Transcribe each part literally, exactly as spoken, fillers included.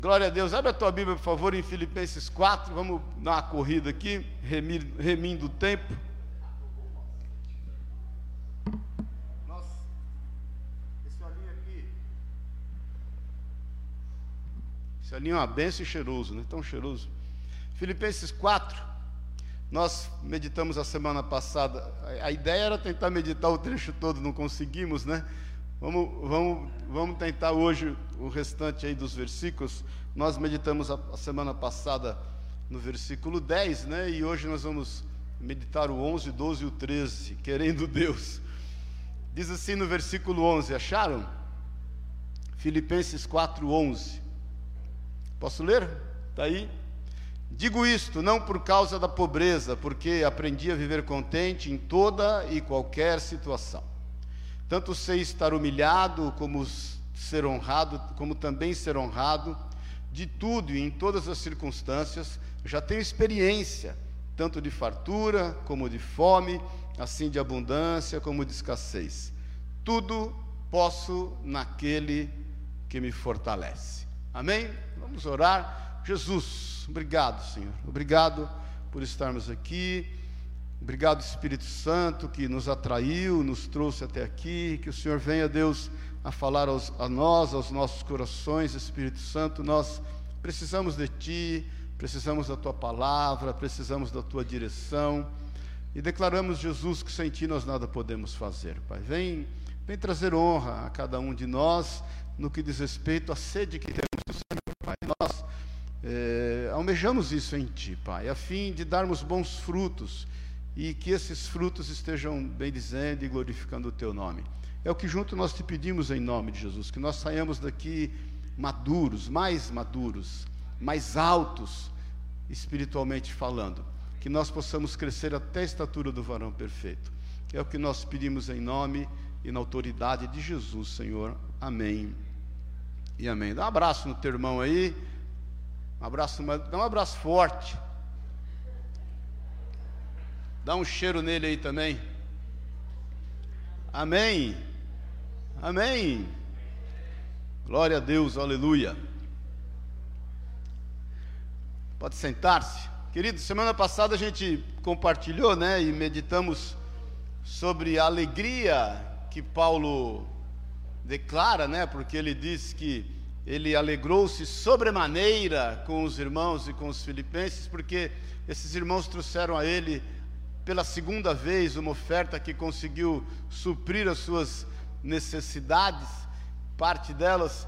Glória a Deus. Abre a tua Bíblia, por favor, em Filipenses quatro. Vamos dar uma corrida aqui, remindo o tempo. Nossa, esse olhinho aqui. Esse olhinho é uma benção e cheiroso, né? Tão cheiroso. Filipenses quatro. Nós meditamos a semana passada. A ideia era tentar meditar o trecho todo, não conseguimos, né? Vamos, vamos, vamos tentar hoje o restante aí dos versículos. Nós meditamos a, a semana passada no versículo dez, né? E hoje nós vamos meditar o onze, doze e o treze, querendo Deus. Diz assim no versículo onze, acharam? Filipenses quatro, onze. Posso ler? Está aí? Digo isto não por causa da pobreza, porque aprendi a viver contente em toda e qualquer situação. Tanto sei estar humilhado como ser honrado, como também ser honrado, de tudo e em todas as circunstâncias. Já tenho experiência, tanto de fartura como de fome, assim de abundância como de escassez. Tudo posso naquele que me fortalece. Amém? Vamos orar. Jesus, obrigado, Senhor. Obrigado por estarmos aqui. Obrigado, Espírito Santo, que nos atraiu, nos trouxe até aqui. Que o Senhor venha, Deus, a falar aos, a nós, aos nossos corações. Espírito Santo, nós precisamos de Ti, precisamos da Tua palavra, precisamos da Tua direção. E declaramos, Jesus, que sem Ti nós nada podemos fazer, Pai. Vem, vem trazer honra a cada um de nós no que diz respeito à sede que temos do Senhor, Pai. Nós é, almejamos isso em Ti, Pai, a fim de darmos bons frutos, e que esses frutos estejam bendizendo e glorificando o Teu nome. É o que junto nós Te pedimos em nome de Jesus, que nós saiamos daqui maduros, mais maduros, mais altos, espiritualmente falando, que nós possamos crescer até a estatura do varão perfeito. É o que nós pedimos em nome e na autoridade de Jesus, Senhor. Amém e amém. Dá um abraço no teu irmão aí, um abraço, dá um abraço forte. Dá um cheiro nele aí também. Amém. Amém. Glória a Deus, aleluia. Pode sentar-se. Querido, semana passada a gente compartilhou, né, e meditamos sobre a alegria que Paulo declara, né, porque ele diz que ele alegrou-se sobremaneira com os irmãos e com os filipenses, porque esses irmãos trouxeram a ele pela segunda vez uma oferta que conseguiu suprir as suas necessidades, parte delas,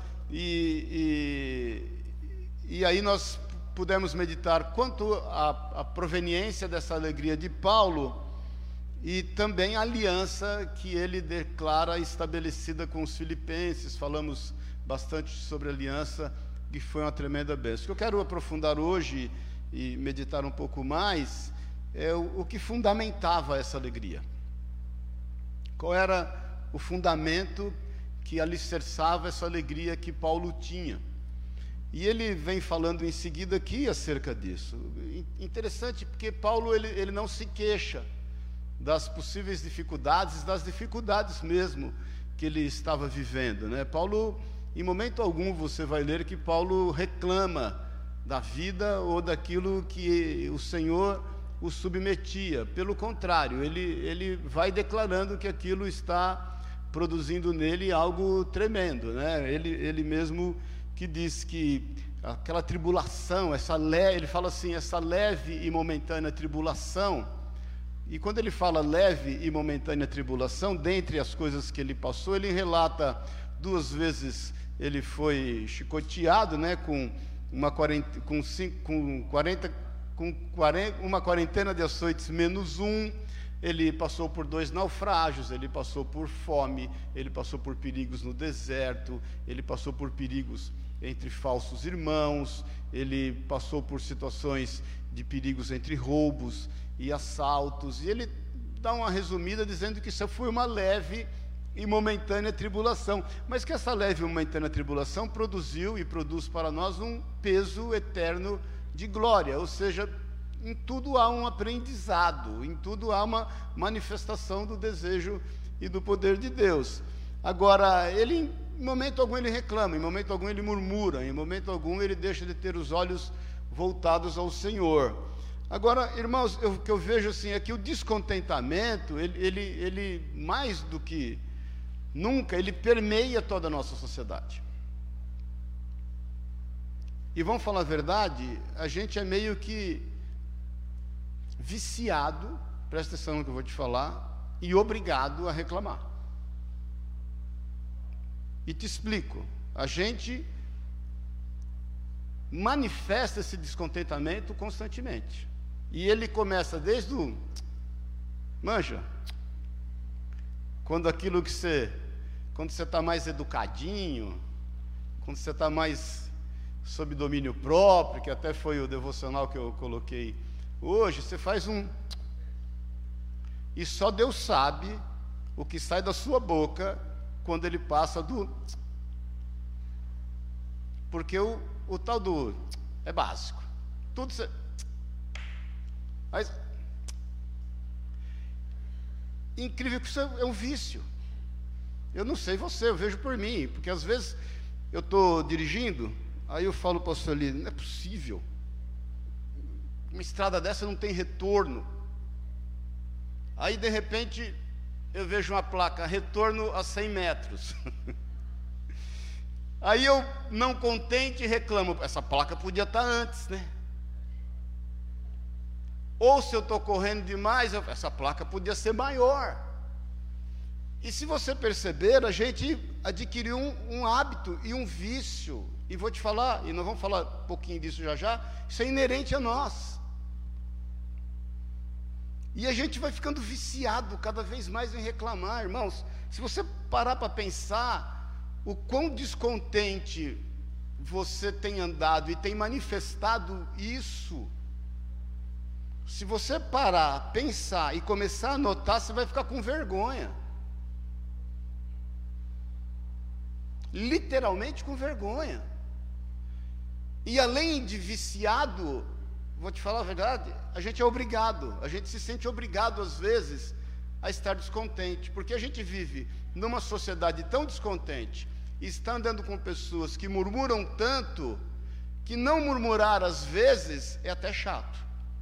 e, e, e aí nós pudemos meditar quanto à, à proveniência dessa alegria de Paulo e também a aliança que ele declara estabelecida com os filipenses. Falamos bastante sobre a aliança, que foi uma tremenda bênção. O que eu quero aprofundar hoje e meditar um pouco mais é o, o que fundamentava essa alegria. Qual era o fundamento que alicerçava essa alegria que Paulo tinha? E ele vem falando em seguida aqui acerca disso. Interessante, porque Paulo ele, ele não se queixa das possíveis dificuldades, das dificuldades mesmo que ele estava vivendo, né? Paulo, em momento algum você vai ler que Paulo reclama da vida ou daquilo que o Senhor o submetia. Pelo contrário, ele, ele vai declarando que aquilo está produzindo nele algo tremendo, né? Ele, ele mesmo que diz que aquela tribulação, essa le... ele fala assim, essa leve e momentânea tribulação. E quando ele fala leve e momentânea tribulação, dentre as coisas que ele passou, ele relata duas vezes ele foi chicoteado, né, com uma quarenta, com cinco, com quarenta, com quarenta, uma quarentena de açoites menos um. Ele passou por dois naufrágios, ele passou por fome, ele passou por perigos no deserto, ele passou por perigos entre falsos irmãos, ele passou por situações de perigos entre roubos e assaltos, e ele dá uma resumida dizendo que isso foi uma leve e momentânea tribulação, mas que essa leve e momentânea tribulação produziu e produz para nós um peso eterno de glória, ou seja, em tudo há um aprendizado, em tudo há uma manifestação do desejo e do poder de Deus. Agora, ele em momento algum ele reclama, em momento algum ele murmura, em momento algum ele deixa de ter os olhos voltados ao Senhor. Agora, irmãos, o que eu vejo assim é que o descontentamento, ele, ele, ele mais do que nunca, ele permeia toda a nossa sociedade. E vamos falar a verdade, a gente é meio que viciado, presta atenção no que eu vou te falar, e obrigado a reclamar. E te explico, a gente manifesta esse descontentamento constantemente. E ele começa desde o... Manja, quando aquilo que você... Quando você está mais educadinho, quando você está mais sob domínio próprio, que até foi o devocional que eu coloquei hoje, você faz um... E só Deus sabe o que sai da sua boca quando ele passa do... Porque o, o tal do... é básico. Tudo você... Mas... Incrível que isso é um vício. Eu não sei você, eu vejo por mim, porque às vezes eu estou dirigindo, aí eu falo para o pastor ali, não é possível, uma estrada dessa não tem retorno. Aí de repente eu vejo uma placa, retorno a cem metros. Aí eu, não contente, reclamo, essa placa podia estar antes, né? Ou se eu estou correndo demais, eu, essa placa podia ser maior. E se você perceber, a gente adquiriu um, um hábito e um vício. E vou te falar, e nós vamos falar um pouquinho disso já já, isso é inerente a nós. E a gente vai ficando viciado cada vez mais em reclamar, irmãos. Se você parar para pensar o quão descontente você tem andado e tem manifestado isso, se você parar, pensar e começar a notar, você vai ficar com vergonha. Literalmente com vergonha. E além de viciado, vou te falar a verdade, a gente é obrigado, a gente se sente obrigado às vezes a estar descontente, porque a gente vive numa sociedade tão descontente e está andando com pessoas que murmuram tanto, que não murmurar às vezes é até chato.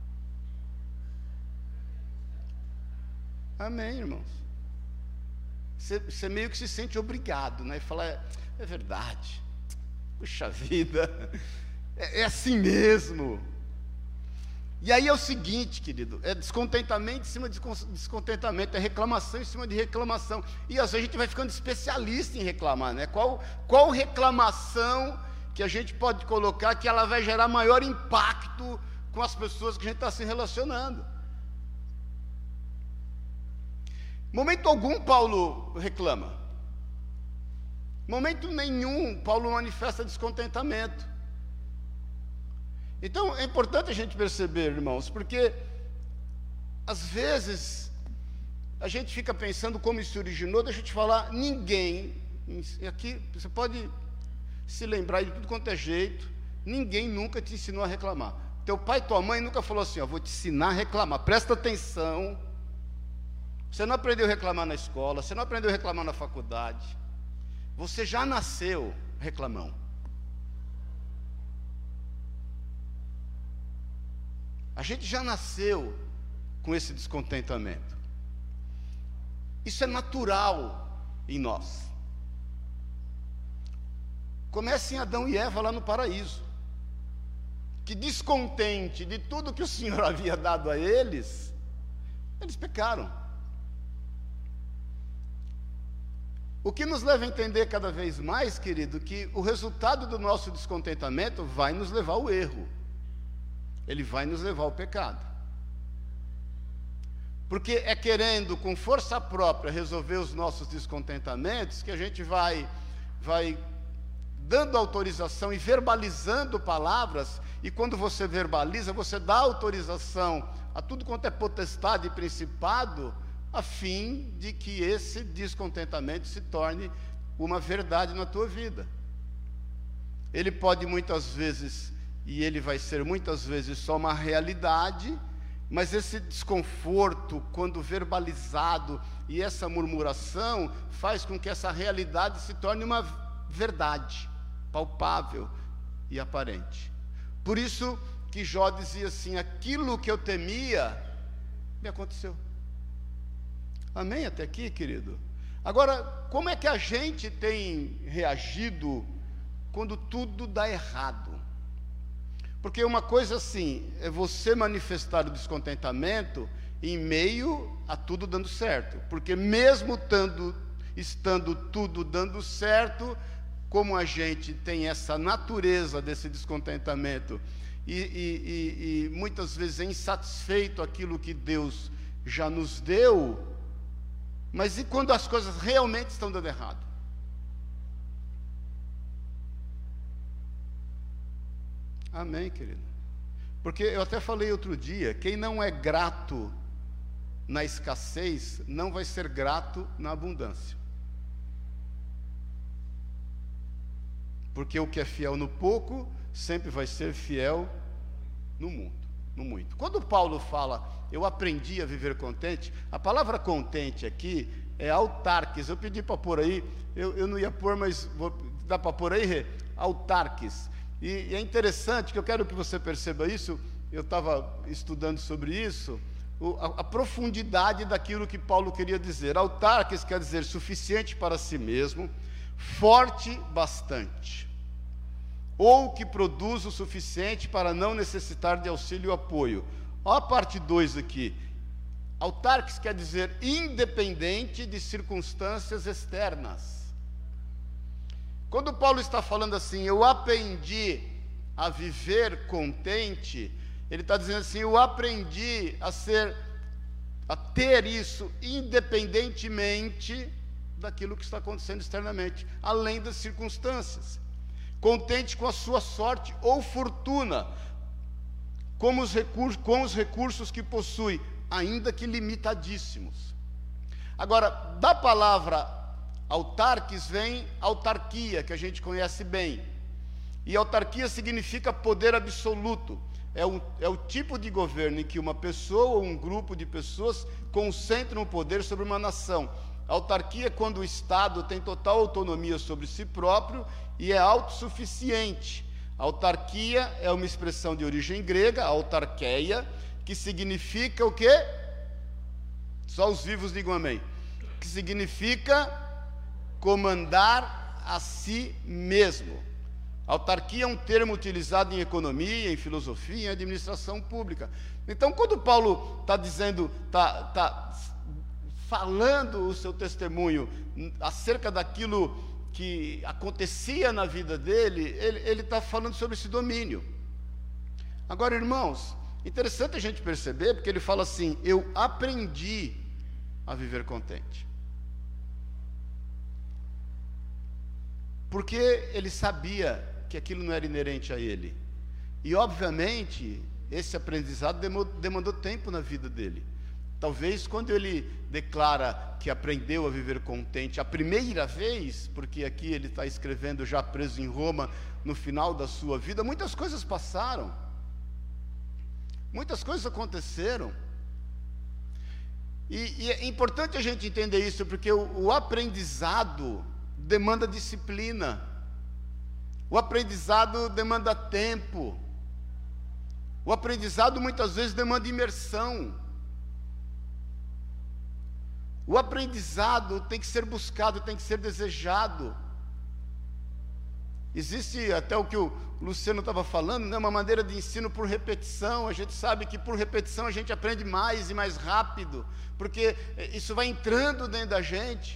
Amém, irmãos? Você, você meio que se sente obrigado, né? E fala, é, é verdade, puxa vida, é, é assim mesmo. E aí é o seguinte, querido, é descontentamento em cima de descontentamento, é reclamação em cima de reclamação. E às vezes a gente vai ficando especialista em reclamar, né? Qual, qual reclamação que a gente pode colocar que ela vai gerar maior impacto com as pessoas que a gente está se relacionando? Momento algum Paulo reclama. Momento nenhum Paulo manifesta descontentamento. Então é importante a gente perceber, irmãos, porque às vezes a gente fica pensando como isso originou. Deixa eu te falar, ninguém, aqui você pode se lembrar de tudo quanto é jeito, ninguém nunca te ensinou a reclamar. Teu pai e tua mãe nunca falou assim, ó, vou te ensinar a reclamar, presta atenção. Você não aprendeu a reclamar na escola, você não aprendeu a reclamar na faculdade, você já nasceu reclamão. A gente já nasceu com esse descontentamento. Isso é natural em nós. Começa em Adão e Eva lá no paraíso, que descontente de tudo que o Senhor havia dado a eles, eles pecaram. O que nos leva a entender cada vez mais, querido, que o resultado do nosso descontentamento vai nos levar ao erro. Ele vai nos levar ao pecado. Porque é querendo, com força própria, resolver os nossos descontentamentos, que a gente vai, vai dando autorização e verbalizando palavras, e quando você verbaliza, você dá autorização a tudo quanto é potestade e principado, a fim de que esse descontentamento se torne uma verdade na tua vida. Ele pode muitas vezes, e ele vai ser muitas vezes só uma realidade, Mas esse desconforto, quando verbalizado, e essa murmuração, faz com que essa realidade se torne uma verdade, palpável e aparente. Por isso que Jó dizia assim: aquilo que eu temia, me aconteceu. Amém até aqui, querido? Agora, como é que a gente tem reagido quando tudo dá errado? Porque uma coisa assim, é você manifestar o descontentamento em meio a tudo dando certo. Porque mesmo tando, estando tudo dando certo, como a gente tem essa natureza desse descontentamento, e, e, e, e muitas vezes é insatisfeito aquilo que Deus já nos deu, mas e quando as coisas realmente estão dando errado? Amém, querido? Porque eu até falei outro dia, quem não é grato na escassez, não vai ser grato na abundância. Porque o que é fiel no pouco, sempre vai ser fiel no mundo, no muito. Quando Paulo fala, eu aprendi a viver contente, a palavra contente aqui é autarques. Eu pedi para pôr aí, eu, eu não ia pôr, mas vou, dá para pôr aí, Rê? Autarques. E, e é interessante, que eu quero que você perceba isso, eu estava estudando sobre isso, o, a, a profundidade daquilo que Paulo queria dizer. Autarques quer dizer suficiente para si mesmo, forte bastante, ou que produz o suficiente para não necessitar de auxílio e apoio. Olha a parte dois aqui. Autarques quer dizer independente de circunstâncias externas. Quando Paulo está falando assim, eu aprendi a viver contente, ele está dizendo assim, eu aprendi a ser, a ter isso independentemente daquilo que está acontecendo externamente, além das circunstâncias. Contente com a sua sorte ou fortuna, como os recursos, com os recursos que possui, ainda que limitadíssimos. Agora, da palavra autarques vem autarquia, que a gente conhece bem. E autarquia significa poder absoluto. É, um, é o tipo de governo em que uma pessoa ou um grupo de pessoas concentram o poder sobre uma nação. Autarquia é quando o Estado tem total autonomia sobre si próprio e é autossuficiente. Autarquia é uma expressão de origem grega, autarqueia, que significa o quê? Só os vivos digam amém. Que significa comandar a si mesmo. Autarquia é um termo utilizado em economia, em filosofia, em administração pública. Então, quando Paulo está dizendo, está tá falando o seu testemunho acerca daquilo que acontecia na vida dele, ele está falando sobre esse domínio. Agora, irmãos, interessante a gente perceber, porque ele fala assim, eu aprendi a viver contente. Porque ele sabia que aquilo não era inerente a ele. E, obviamente, esse aprendizado demandou tempo na vida dele. Talvez quando ele declara que aprendeu a viver contente a primeira vez, porque aqui ele está escrevendo já preso em Roma, no final da sua vida, muitas coisas passaram. Muitas coisas aconteceram. E, e é importante a gente entender isso, porque o, o aprendizado demanda disciplina, o aprendizado demanda tempo, o aprendizado muitas vezes demanda imersão, o aprendizado tem que ser buscado, tem que ser desejado. Existe até o que o Luciano estava falando, né, uma maneira de ensino por repetição. A gente sabe que por repetição a gente aprende mais e mais rápido, porque isso vai entrando dentro da gente.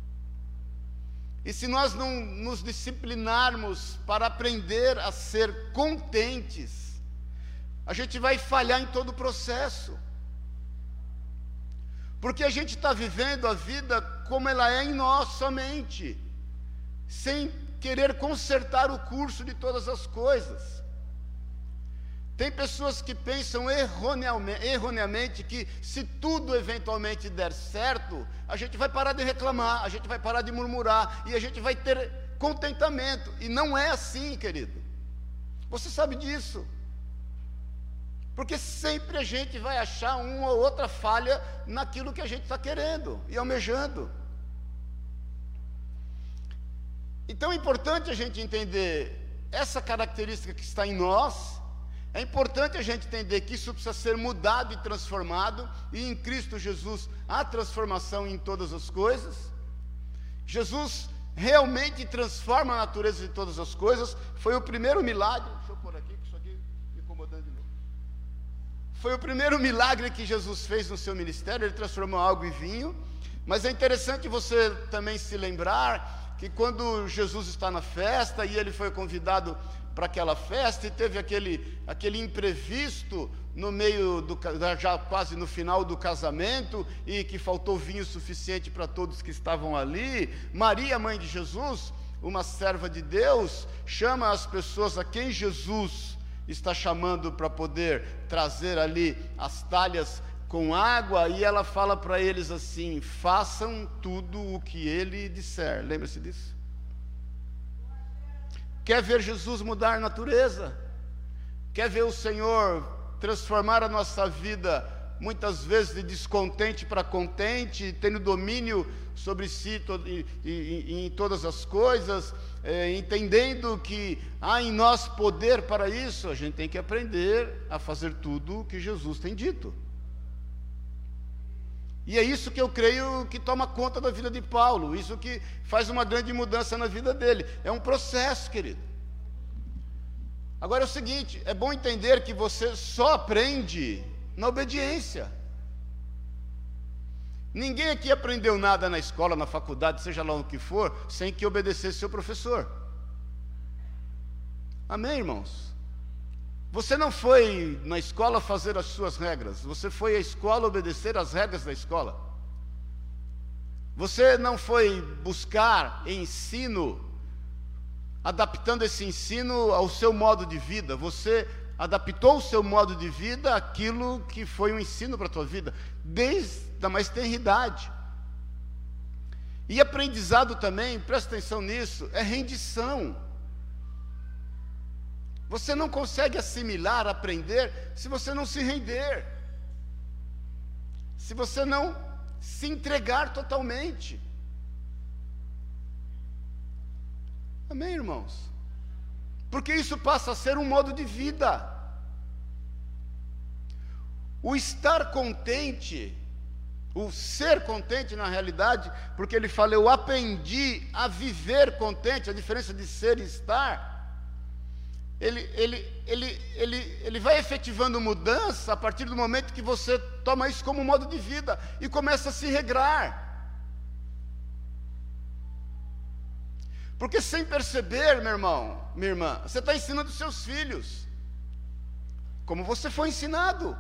E se nós não nos disciplinarmos para aprender a ser contentes, a gente vai falhar em todo o processo. Porque a gente está vivendo a vida como ela é em nós somente, sem querer consertar o curso de todas as coisas. Tem pessoas que pensam erroneamente, erroneamente que se tudo eventualmente der certo, a gente vai parar de reclamar, a gente vai parar de murmurar e a gente vai ter contentamento. E não é assim, querido. Você sabe disso. Porque sempre a gente vai achar uma ou outra falha naquilo que a gente está querendo e almejando. Então é importante a gente entender essa característica que está em nós. É importante a gente entender que isso precisa ser mudado e transformado, e em Cristo Jesus há transformação em todas as coisas. Jesus realmente transforma a natureza de todas as coisas. Foi o primeiro milagre, deixa eu pôr aqui, que isso aqui me incomodando de novo. Foi o primeiro milagre que Jesus fez no seu ministério. Ele transformou água em vinho. Mas é interessante você também se lembrar que quando Jesus está na festa e ele foi convidado para aquela festa, e teve aquele, aquele imprevisto no meio do, já quase no final do casamento, e que faltou vinho suficiente para todos que estavam ali. Maria, mãe de Jesus, uma serva de Deus, chama as pessoas a quem Jesus está chamando para poder trazer ali as talhas com água, e ela fala para eles assim: façam tudo o que ele disser. Lembra-se disso? Quer ver Jesus mudar a natureza? Quer ver o Senhor transformar a nossa vida, muitas vezes de descontente para contente, tendo domínio sobre si e, e, e em todas as coisas, é, entendendo que há em nós poder para isso? A gente tem que aprender a fazer tudo o que Jesus tem dito. E é isso que eu creio que toma conta da vida de Paulo, isso que faz uma grande mudança na vida dele. É um processo, querido. Agora é o seguinte, é bom entender que você só aprende na obediência. Ninguém aqui aprendeu nada na escola, na faculdade, seja lá o que for, sem que obedecesse seu professor. Amém, irmãos? Você não foi na escola fazer as suas regras, você foi à escola obedecer às regras da escola. Você não foi buscar ensino, adaptando esse ensino ao seu modo de vida, você adaptou o seu modo de vida àquilo que foi um ensino para a tua vida, desde a mais tenra idade. E aprendizado também, presta atenção nisso, é rendição. Você não consegue assimilar, aprender, se você não se render, se você não se entregar totalmente. Amém, irmãos? Porque isso passa a ser um modo de vida. O estar contente, o ser contente na realidade, porque ele fala, eu aprendi a viver contente, a diferença de ser e estar. Ele, ele, ele, ele, ele vai efetivando mudança a partir do momento que você toma isso como modo de vida e começa a se regrar. Porque sem perceber, meu irmão, minha irmã, você está ensinando os seus filhos como você foi ensinado.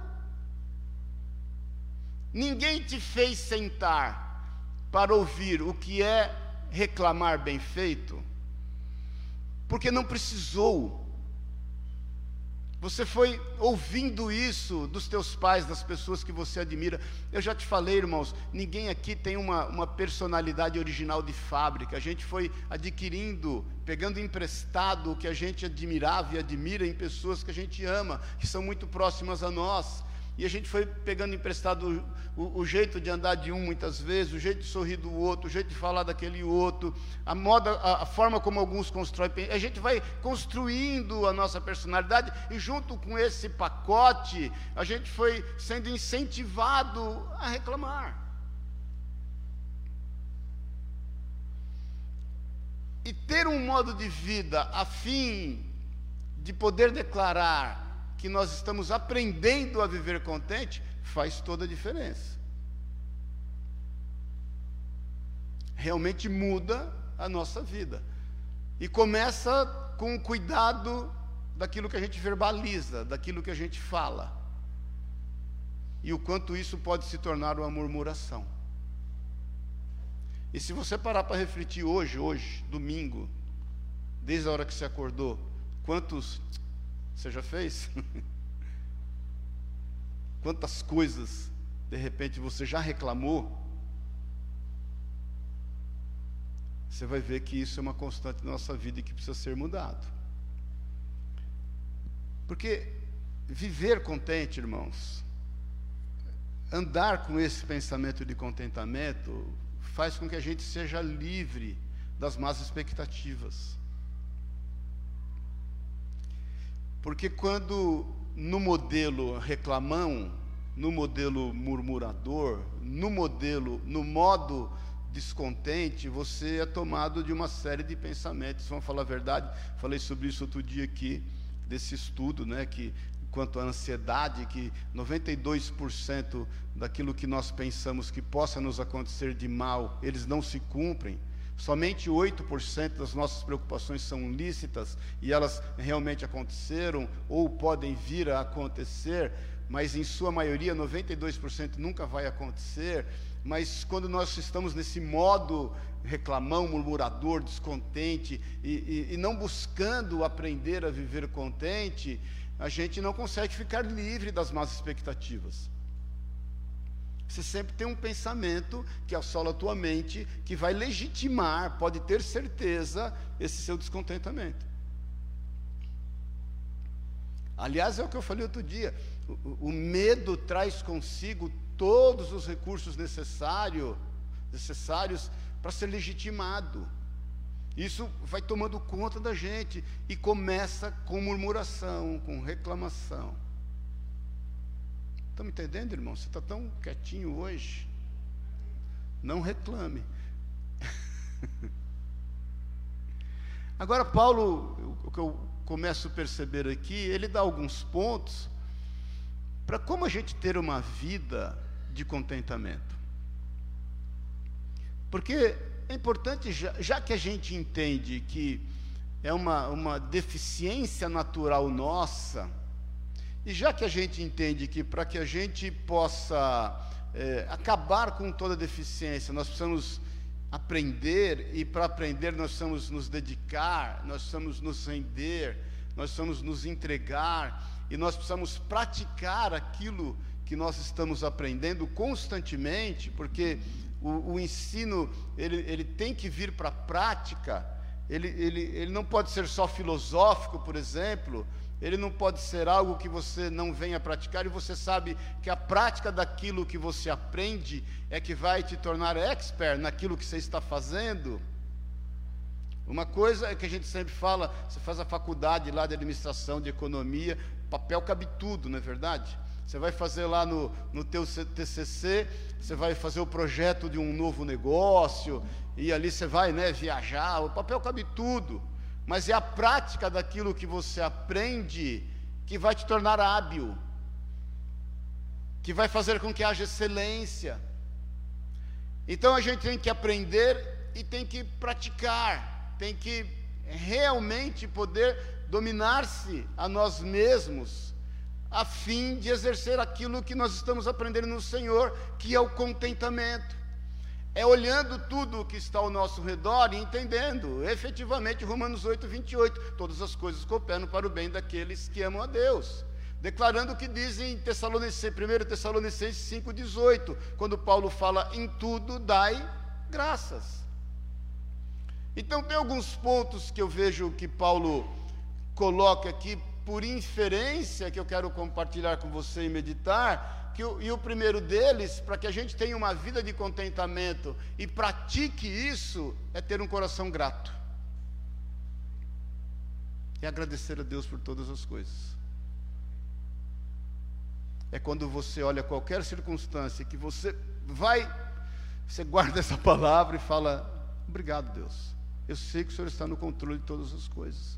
Ninguém te fez sentar para ouvir o que é reclamar bem feito, porque não precisou. Você foi ouvindo isso dos teus pais, das pessoas que você admira. Eu já te falei, irmãos, ninguém aqui tem uma, uma personalidade original de fábrica. A gente foi adquirindo, pegando emprestado o que a gente admirava e admira em pessoas que a gente ama, que são muito próximas a nós. E a gente foi pegando emprestado o, o, o jeito de andar de um muitas vezes, o jeito de sorrir do outro, o jeito de falar daquele outro, a moda, a, a forma como alguns constroem. A gente vai construindo a nossa personalidade e junto com esse pacote, a gente foi sendo incentivado a reclamar. E ter um modo de vida a fim de poder declarar que nós estamos aprendendo a viver contente, faz toda a diferença. Realmente muda a nossa vida. E começa com o cuidado daquilo que a gente verbaliza, daquilo que a gente fala. E o quanto isso pode se tornar uma murmuração. E se você parar para refletir hoje, hoje, domingo, desde a hora que você acordou, quantos você já fez? Quantas coisas, de repente, você já reclamou? Você vai ver que isso é uma constante na nossa vida e que precisa ser mudado. Porque viver contente, irmãos, andar com esse pensamento de contentamento, faz com que a gente seja livre das más expectativas. Porque quando no modelo reclamão, no modelo murmurador, no modelo, no modo descontente, você é tomado de uma série de pensamentos. Vamos falar a verdade, falei sobre isso outro dia aqui, desse estudo, né, que quanto à ansiedade, que noventa e dois por cento daquilo que nós pensamos que possa nos acontecer de mal, eles não se cumprem. Somente oito por cento das nossas preocupações são lícitas e elas realmente aconteceram ou podem vir a acontecer, mas em sua maioria, noventa e dois por cento nunca vai acontecer. Mas quando nós estamos nesse modo reclamão, murmurador, descontente e, e, e não buscando aprender a viver contente, a gente não consegue ficar livre das más expectativas. Você sempre tem um pensamento que assola a tua mente, que vai legitimar, pode ter certeza, esse seu descontentamento. Aliás, é o que eu falei outro dia, o, o medo traz consigo todos os recursos necessário, necessários para ser legitimado. Isso vai tomando conta da gente e começa com murmuração, com reclamação. Estão me entendendo, irmão? Você está tão quietinho hoje. Não reclame. Agora, Paulo, o que eu começo a perceber aqui, ele dá alguns pontos para como a gente ter uma vida de contentamento. Porque é importante, já, já que a gente entende que é uma, uma deficiência natural nossa, e já que a gente entende que para que a gente possa é, acabar com toda deficiência, nós precisamos aprender, e para aprender nós precisamos nos dedicar, nós precisamos nos render, nós precisamos nos entregar, e nós precisamos praticar aquilo que nós estamos aprendendo constantemente, porque o, o ensino, ele, ele tem que vir para a prática, ele, ele, ele não pode ser só filosófico, por exemplo, ele não pode ser algo que você não venha praticar, e você sabe que a prática daquilo que você aprende é que vai te tornar expert naquilo que você está fazendo. Uma coisa é que a gente sempre fala, você faz a faculdade lá de administração, de economia, papel cabe tudo, não é verdade? Você vai fazer lá no, no teu T C C, você vai fazer o projeto de um novo negócio, e ali você vai, né, viajar, o papel cabe tudo. Mas é a prática daquilo que você aprende que vai te tornar hábil, que vai fazer com que haja excelência. Então a gente tem que aprender e tem que praticar, tem que realmente poder dominar-se a nós mesmos, a fim de exercer aquilo que nós estamos aprendendo no Senhor, que é o contentamento. É olhando tudo o que está ao nosso redor e entendendo, efetivamente, Romanos oito, vinte e oito, todas as coisas cooperam para o bem daqueles que amam a Deus. Declarando o que diz em Tessalonicenses, primeira Tessalonicenses cinco, dezoito, quando Paulo fala, em tudo dai graças. Então tem alguns pontos que eu vejo que Paulo coloca aqui, por inferência, que eu quero compartilhar com você e meditar, que o, e o primeiro deles, para que a gente tenha uma vida de contentamento e pratique isso, é ter um coração grato. É agradecer a Deus por todas as coisas. É quando você olha qualquer circunstância que você vai, você guarda essa palavra e fala, obrigado, Deus. Eu sei que o Senhor está no controle de todas as coisas.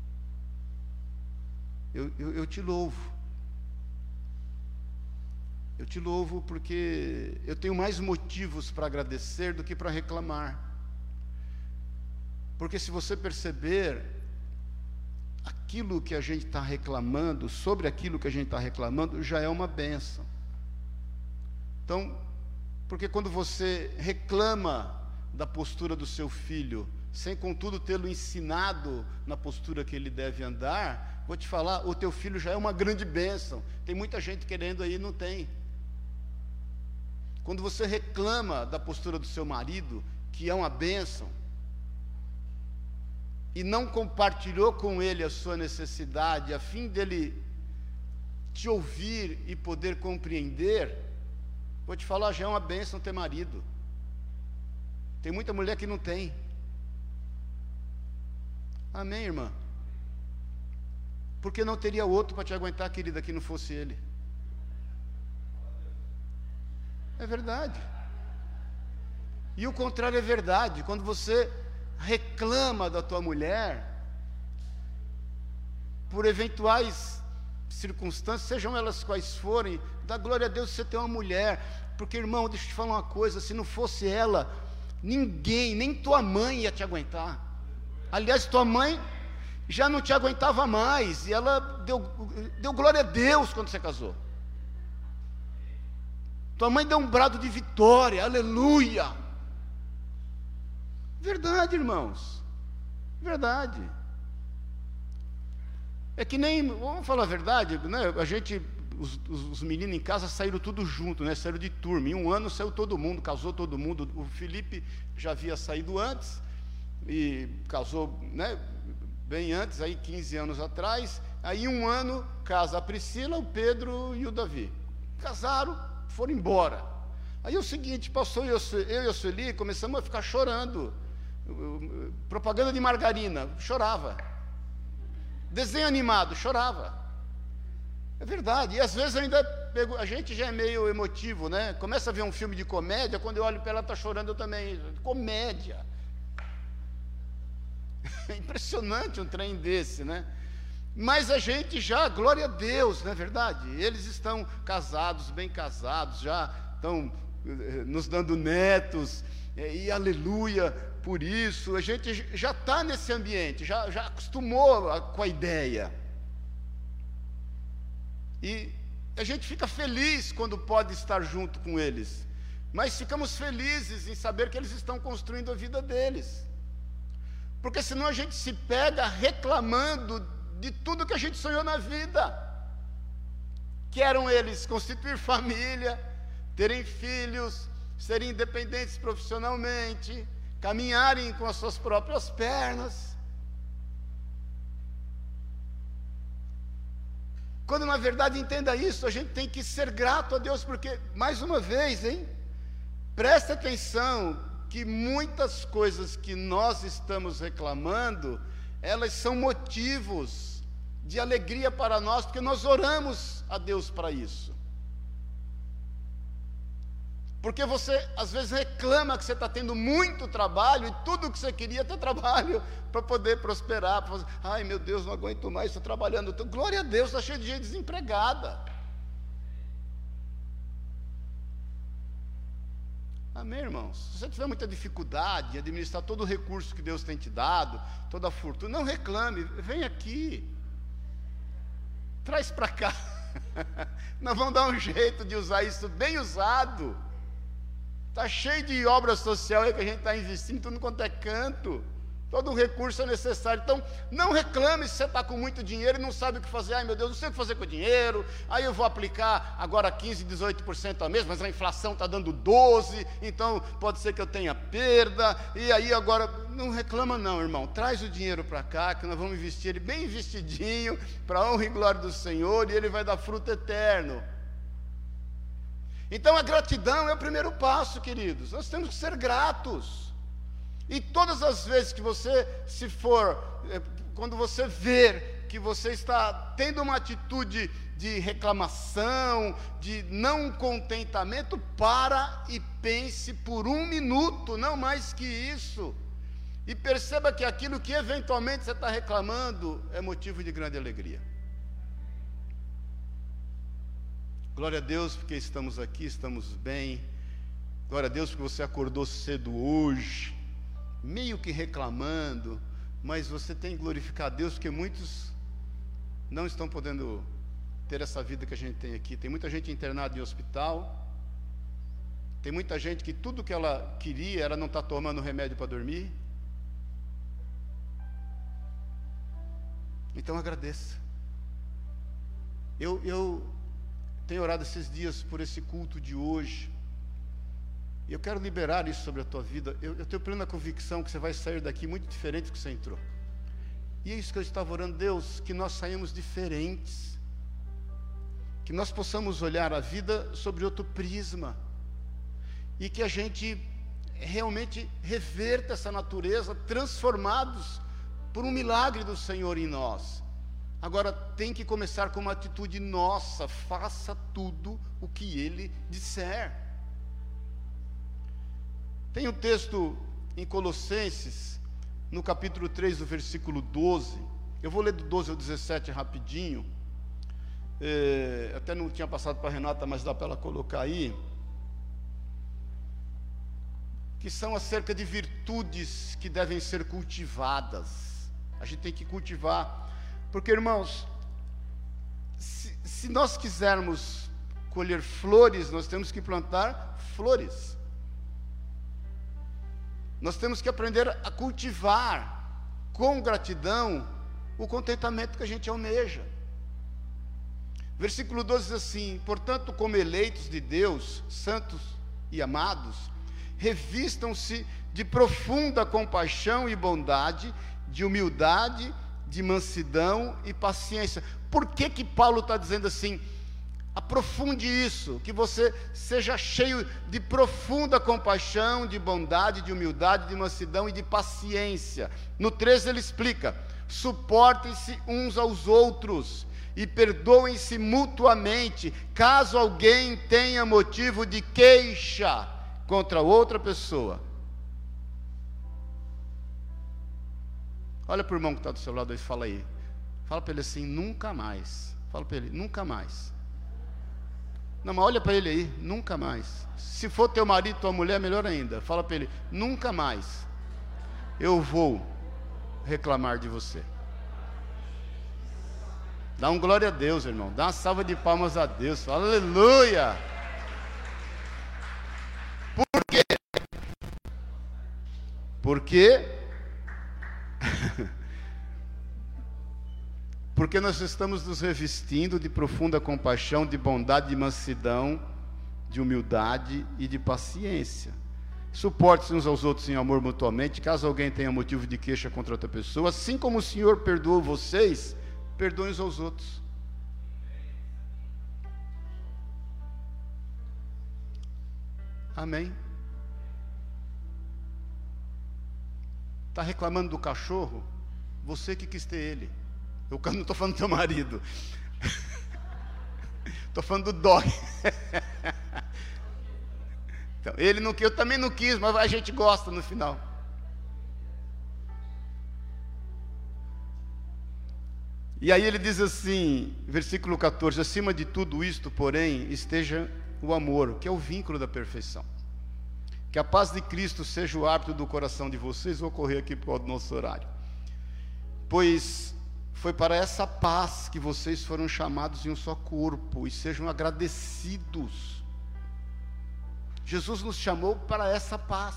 Eu, eu, eu te louvo. Eu te louvo porque eu tenho mais motivos para agradecer do que para reclamar. Porque se você perceber, aquilo que a gente está reclamando, sobre aquilo que a gente está reclamando, já é uma bênção. Então, porque quando você reclama da postura do seu filho, sem contudo tê-lo ensinado na postura que ele deve andar, vou te falar, o teu filho já é uma grande bênção. Tem muita gente querendo aí e não tem. Quando você reclama da postura do seu marido, que é uma bênção, e não compartilhou com ele a sua necessidade, a fim dele te ouvir e poder compreender, vou te falar, já é uma bênção ter marido. Tem muita mulher que não tem. Amém, irmã? Porque não teria outro para te aguentar, querida, que não fosse ele. É verdade. E o contrário é verdade. Quando você reclama da tua mulher, por eventuais circunstâncias, sejam elas quais forem, dá glória a Deus você ter uma mulher. Porque, irmão, deixa eu te falar uma coisa, se não fosse ela, ninguém, nem tua mãe ia te aguentar. Aliás, tua mãe já não te aguentava mais, e ela deu, deu glória a Deus quando você casou. Tua mãe deu um brado de vitória, aleluia. Verdade, irmãos, verdade. É que nem, vamos falar a verdade, né? A gente, os, os, os meninos em casa saíram tudo junto, né? Saíram de turma. Em um ano saiu todo mundo, casou todo mundo. O Felipe já havia saído antes e casou, né? Bem antes, aí quinze anos atrás. Aí um ano casa a Priscila, o Pedro e o Davi. Casaram, foram embora. Aí o seguinte, passou eu, eu e a Sueli, começamos a ficar chorando. Propaganda de margarina, chorava. Desenho animado, chorava. É verdade. E às vezes ainda pego, a gente já é meio emotivo, né? Começa a ver um filme de comédia, quando eu olho para ela, está chorando, eu também. Comédia. É impressionante um trem desse, né? Mas a gente já, glória a Deus, não é verdade? Eles estão casados, bem casados, já estão eh, nos dando netos, eh, e aleluia por isso. A gente já está nesse ambiente, já, já acostumou a, com a ideia. E a gente fica feliz quando pode estar junto com eles, mas ficamos felizes em saber que eles estão construindo a vida deles. Porque senão a gente se pega reclamando de tudo que a gente sonhou na vida. Querem eles constituir família, terem filhos, serem independentes profissionalmente, caminharem com as suas próprias pernas. Quando na verdade, entenda isso, a gente tem que ser grato a Deus, porque, mais uma vez, hein, presta atenção, que muitas coisas que nós estamos reclamando, elas são motivos de alegria para nós, porque nós oramos a Deus para isso. Porque você, às vezes, reclama que você está tendo muito trabalho, e tudo que você queria é ter trabalho, para poder prosperar, para fazer, ai meu Deus, não aguento mais, estou trabalhando, então, glória a Deus, está cheio de gente desempregada. Amém, irmãos? Se você tiver muita dificuldade em administrar todo o recurso que Deus tem te dado, toda a fortuna, não reclame, vem aqui, traz para cá, nós vamos dar um jeito de usar isso bem usado. Está cheio de obra social aí que a gente está investindo, tudo quanto é canto, todo o recurso é necessário. Então, não reclame se você está com muito dinheiro e não sabe o que fazer. Ai meu Deus, não sei o que fazer com o dinheiro, aí eu vou aplicar agora quinze, dezoito por cento a mês, mas a inflação está dando doze por cento, então pode ser que eu tenha perda, e aí agora, não reclama não, irmão, traz o dinheiro para cá, que nós vamos investir ele bem investidinho, para a honra e glória do Senhor, e ele vai dar fruto eterno. Então a gratidão é o primeiro passo, queridos, nós temos que ser gratos. E todas as vezes que você se for, quando você ver que você está tendo uma atitude de reclamação, de não contentamento, para e pense por um minuto, não mais que isso, e perceba que aquilo que eventualmente você está reclamando é motivo de grande alegria. Glória a Deus porque estamos aqui, estamos bem. Glória a Deus porque você acordou cedo hoje, meio que reclamando, mas você tem que glorificar a Deus, porque muitos não estão podendo ter essa vida que a gente tem aqui. Tem muita gente internada em hospital, tem muita gente que tudo que ela queria era não estar tomando remédio para dormir. Então agradeça. Eu, eu tenho orado esses dias por esse culto de hoje, e eu quero liberar isso sobre a tua vida. Eu, eu tenho plena convicção que você vai sair daqui muito diferente do que você entrou. E é isso que eu estava orando, Deus, que nós saímos diferentes. que nós possamos olhar a vida sobre outro prisma, e que a gente realmente reverta essa natureza, transformados por um milagre do Senhor em nós. Agora, tem que começar com uma atitude nossa: faça tudo o que Ele disser. Tem um texto em Colossenses, no capítulo três, do versículo doze, eu vou ler do doze ao dezessete rapidinho, é, até não tinha passado para a Renata, mas dá para ela colocar aí, que são acerca de virtudes que devem ser cultivadas. A gente tem que cultivar, porque, irmãos, se, se nós quisermos colher flores, nós temos que plantar flores. Nós temos que aprender a cultivar com gratidão o contentamento que a gente almeja. Versículo doze diz assim: portanto, como eleitos de Deus, santos e amados, revistam-se de profunda compaixão e bondade, de humildade, de mansidão e paciência. Por que que Paulo está dizendo assim? Aprofunde isso, que você seja cheio de profunda compaixão, de bondade, de humildade, de mansidão e de paciência. No treze ele explica: suportem-se uns aos outros e perdoem-se mutuamente, caso alguém tenha motivo de queixa contra outra pessoa. Olha para o irmão que está do seu lado e fala aí, fala para ele assim: nunca mais. Fala para ele: nunca mais. Não, mas olha para ele aí: nunca mais. Se for teu marido, tua mulher, melhor ainda. Fala para ele: nunca mais eu vou reclamar de você. Dá um glória a Deus, irmão. Dá uma salva de palmas a Deus. Fala aleluia. Por quê? Porque porque nós estamos nos revestindo de profunda compaixão, de bondade, de mansidão, de humildade e de paciência. Suporte-se uns aos outros em amor mutuamente, caso alguém tenha motivo de queixa contra outra pessoa, assim como o Senhor perdoou vocês, perdoem uns aos outros. Amém. Está reclamando do cachorro? Você que quis ter ele. Eu não estou falando do teu marido. Estou falando do dog. Então, ele não, eu também não quis, mas a gente gosta no final. E aí ele diz assim, versículo catorze: acima de tudo isto, porém, esteja o amor, que é o vínculo da perfeição. Que a paz de Cristo seja o árbitro do coração de vocês. Vou correr aqui para o nosso horário. Pois foi para essa paz que vocês foram chamados em um só corpo, e sejam agradecidos. Jesus nos chamou para essa paz.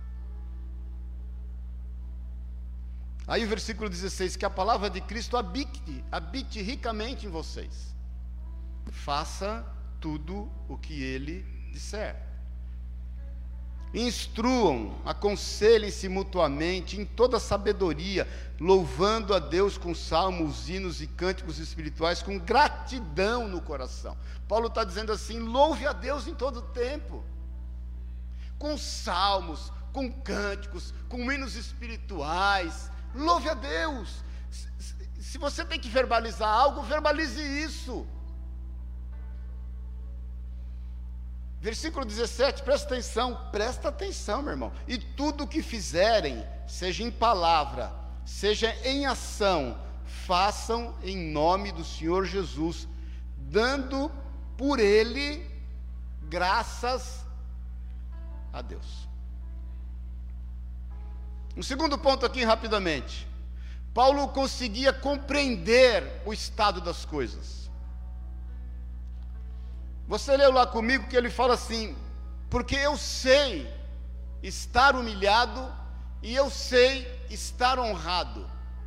Aí o versículo dezesseis: que a palavra de Cristo habite, habite ricamente em vocês. Faça tudo o que Ele disser. Instruam, aconselhem-se mutuamente em toda sabedoria, louvando a Deus com salmos, hinos e cânticos espirituais, com gratidão no coração. Paulo está dizendo assim: louve a Deus em todo tempo, com salmos, com cânticos, com hinos espirituais. Louve a Deus. Se você tem que verbalizar algo, verbalize isso. Versículo dezessete, presta atenção, presta atenção, meu irmão. E tudo o que fizerem, seja em palavra, seja em ação, façam em nome do Senhor Jesus, dando por Ele graças a Deus. Um segundo ponto aqui, rapidamente. Paulo conseguia compreender o estado das coisas. Você leu lá comigo que ele fala assim: porque eu sei estar humilhado e eu sei estar honrado.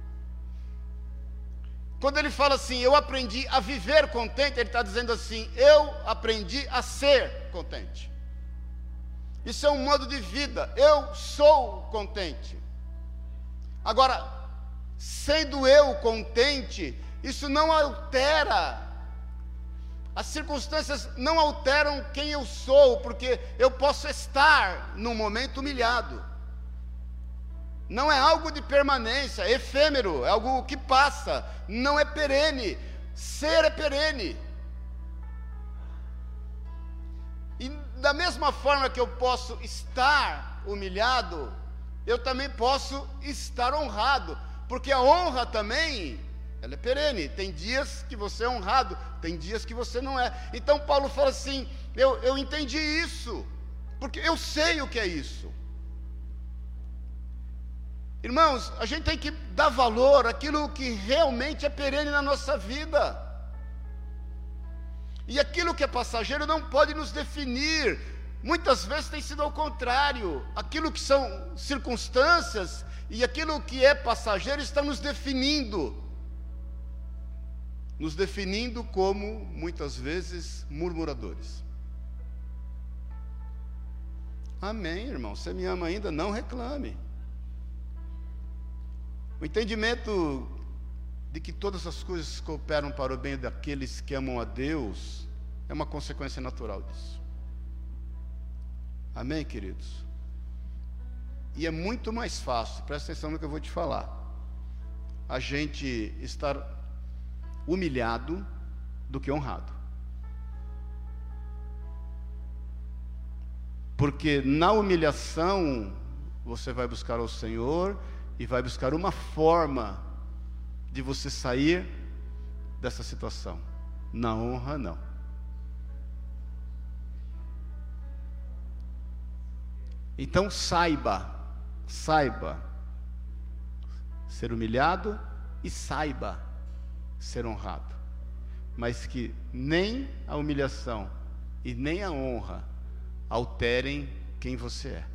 Quando ele fala assim, eu aprendi a viver contente, ele está dizendo assim, eu aprendi a ser contente. Isso é um modo de vida, eu sou contente. Agora, sendo eu contente, isso não altera As circunstâncias não alteram quem eu sou, porque eu posso estar num momento humilhado. Não é algo de permanência, é efêmero, é algo que passa, não é perene. Ser é perene. E da mesma forma que eu posso estar humilhado, eu também posso estar honrado, porque a honra também, ela é perene. Tem dias que você é honrado, tem dias que você não é. Então Paulo fala assim, eu, eu entendi isso, porque eu sei o que é isso. Irmãos, a gente tem que dar valor àquilo que realmente é perene na nossa vida. E aquilo que é passageiro não pode nos definir. Muitas vezes tem sido ao contrário. Aquilo que são circunstâncias e aquilo que é passageiro está nos definindo. Nos definindo como, muitas vezes, murmuradores. Amém, irmão. Você me ama ainda? Não reclame. O entendimento de que todas as coisas cooperam para o bem daqueles que amam a Deus é uma consequência natural disso. Amém, queridos? E é muito mais fácil, presta atenção no que eu vou te falar, a gente estar humilhado do que honrado. Porque na humilhação você vai buscar ao Senhor e vai buscar uma forma de você sair dessa situação. Na honra, não. Então saiba, saiba ser humilhado e saiba ser honrado. Mas que nem a humilhação e nem a honra alterem quem você é.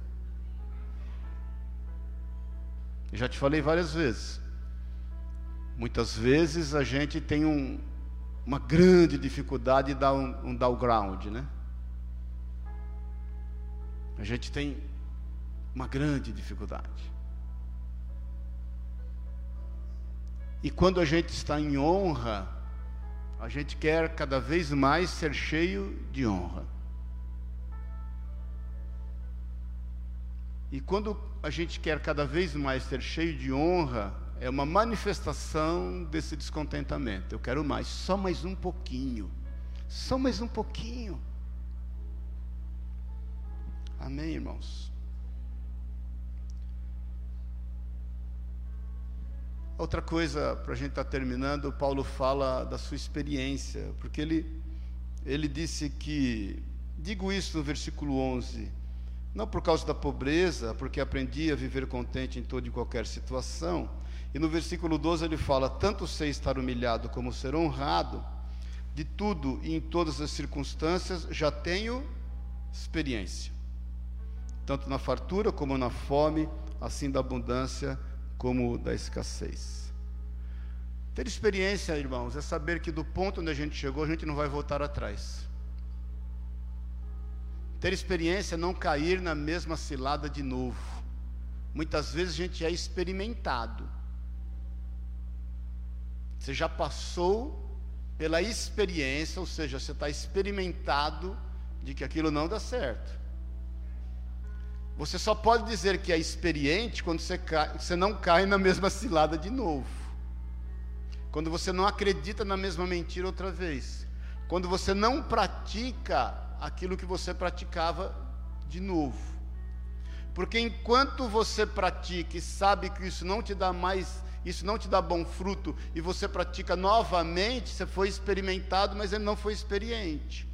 Eu já te falei várias vezes. Muitas vezes a gente tem um, uma grande dificuldade de dar um, um downground, né? A gente tem uma grande dificuldade. E quando a gente está em honra, a gente quer cada vez mais ser cheio de honra. E quando a gente quer cada vez mais ser cheio de honra, é uma manifestação desse descontentamento. Eu quero mais, só mais um pouquinho, só mais um pouquinho. Amém, irmãos? Outra coisa, para a gente estar terminando, Paulo fala da sua experiência, porque ele, ele disse que, digo isso no versículo onze, não por causa da pobreza, porque aprendi a viver contente em toda e qualquer situação. E no versículo doze ele fala, tanto sei estar humilhado como ser honrado, de tudo e em todas as circunstâncias já tenho experiência, tanto na fartura como na fome, assim da abundância como da escassez. Ter experiência, irmãos, é saber que do ponto onde a gente chegou, a gente não vai voltar atrás. Ter experiência é não cair na mesma cilada de novo. Muitas vezes a gente é experimentado. Você já passou pela experiência, ou seja, você está experimentado de que aquilo não dá certo. Você só pode dizer que é experiente quando você, cai, você não cai na mesma cilada de novo. Quando você não acredita na mesma mentira outra vez. Quando você não pratica aquilo que você praticava de novo. Porque enquanto você pratica e sabe que isso não te dá mais, isso não te dá bom fruto, e você pratica novamente, você foi experimentado, mas ele não foi experiente.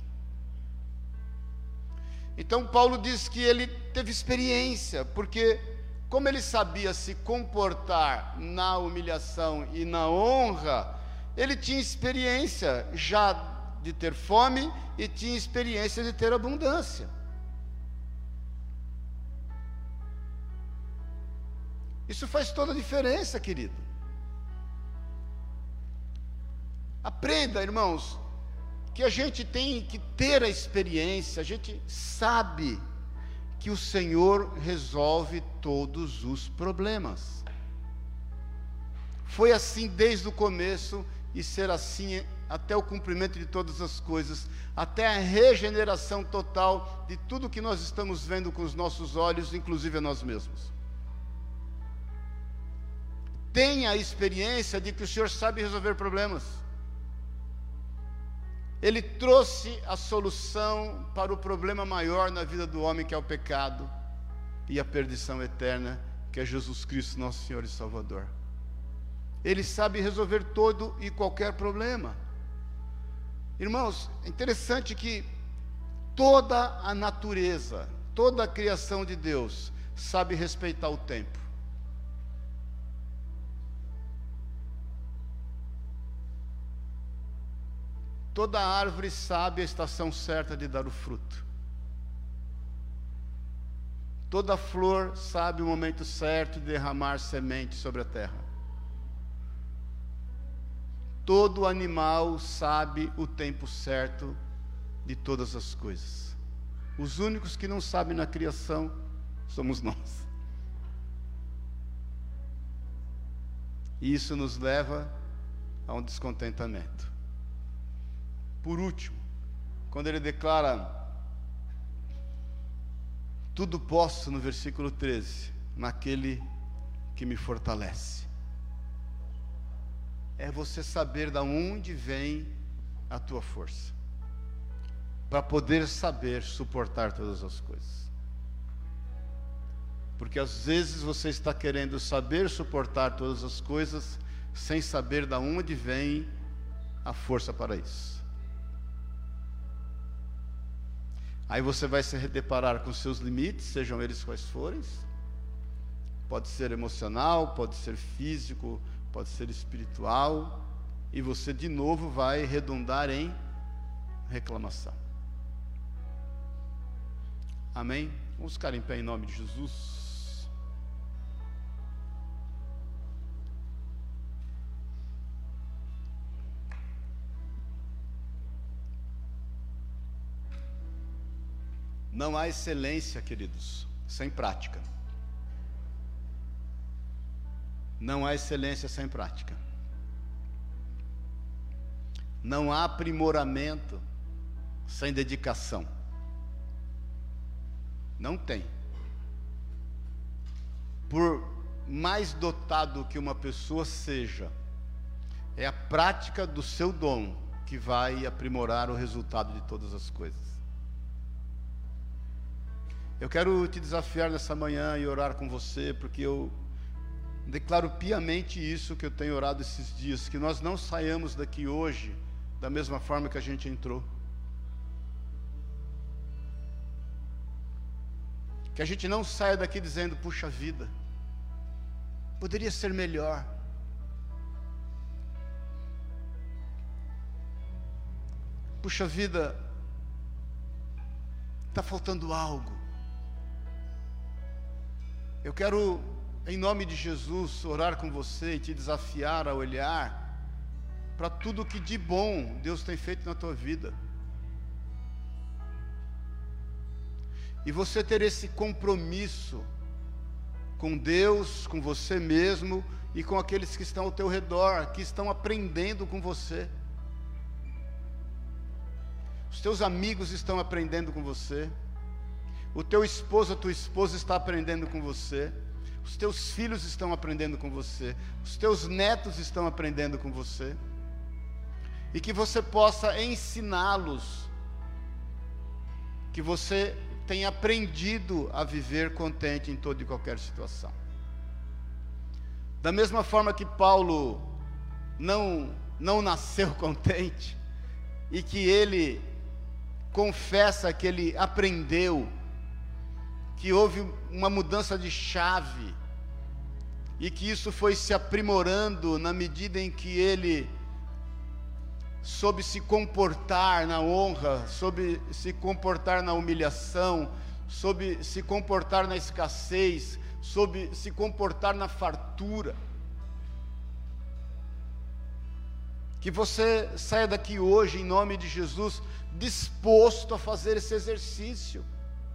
Então Paulo diz que ele teve experiência, porque como ele sabia se comportar na humilhação e na honra, ele tinha experiência já de ter fome e tinha experiência de ter abundância. Isso faz toda a diferença, querido. Aprenda, irmãos, que a gente tem que ter a experiência, a gente sabe que o Senhor resolve todos os problemas. Foi assim desde o começo e será assim até o cumprimento de todas as coisas, até a regeneração total de tudo que nós estamos vendo com os nossos olhos, inclusive a nós mesmos. Tenha a experiência de que o Senhor sabe resolver problemas. Ele trouxe a solução para o problema maior na vida do homem, que é o pecado e a perdição eterna, que é Jesus Cristo, nosso Senhor e Salvador. Ele sabe resolver todo e qualquer problema. Irmãos, é interessante que toda a natureza, toda a criação de Deus sabe respeitar o tempo. Toda árvore sabe a estação certa de dar o fruto. Toda flor sabe o momento certo de derramar semente sobre a terra. Todo animal sabe o tempo certo de todas as coisas. Os únicos que não sabem na criação somos nós. E isso nos leva a um descontentamento. Por último, quando ele declara: tudo posso, no versículo treze, naquele que me fortalece. É você saber de onde vem a tua força, para poder saber suportar todas as coisas. Porque às vezes você está querendo saber suportar todas as coisas, sem saber de onde vem a força para isso. Aí você vai se deparar com seus limites, sejam eles quais forem. Pode ser emocional, pode ser físico, pode ser espiritual, e você de novo vai redundar em reclamação. Amém? Vamos ficar em pé em nome de Jesus. Não há excelência, queridos, sem prática. Não há excelência sem prática. Não há aprimoramento sem dedicação. Não tem. Por mais dotado que uma pessoa seja, é a prática do seu dom que vai aprimorar o resultado de todas as coisas. Eu quero te desafiar nessa manhã e orar com você, porque eu declaro piamente isso que eu tenho orado esses dias, que nós não saiamos daqui hoje da mesma forma que a gente entrou. Que a gente não saia daqui dizendo: puxa vida, poderia ser melhor. Puxa vida, está faltando algo. Eu quero, em nome de Jesus, orar com você e te desafiar a olhar para tudo que de bom Deus tem feito na tua vida. E você ter esse compromisso com Deus, com você mesmo e com aqueles que estão ao teu redor, que estão aprendendo com você. Os teus amigos estão aprendendo com você. O teu esposo, a tua esposa está aprendendo com você. Os teus filhos estão aprendendo com você. Os teus netos estão aprendendo com você. E que você possa ensiná-los, que você tenha aprendido a viver contente em toda e qualquer situação. Da mesma forma que Paulo não, não nasceu contente, e que ele confessa que ele aprendeu, que houve uma mudança de chave, e que isso foi se aprimorando na medida em que ele soube se comportar na honra, soube se comportar na humilhação, soube se comportar na escassez, soube se comportar na fartura. Que você saia daqui hoje, em nome de Jesus, disposto a fazer esse exercício.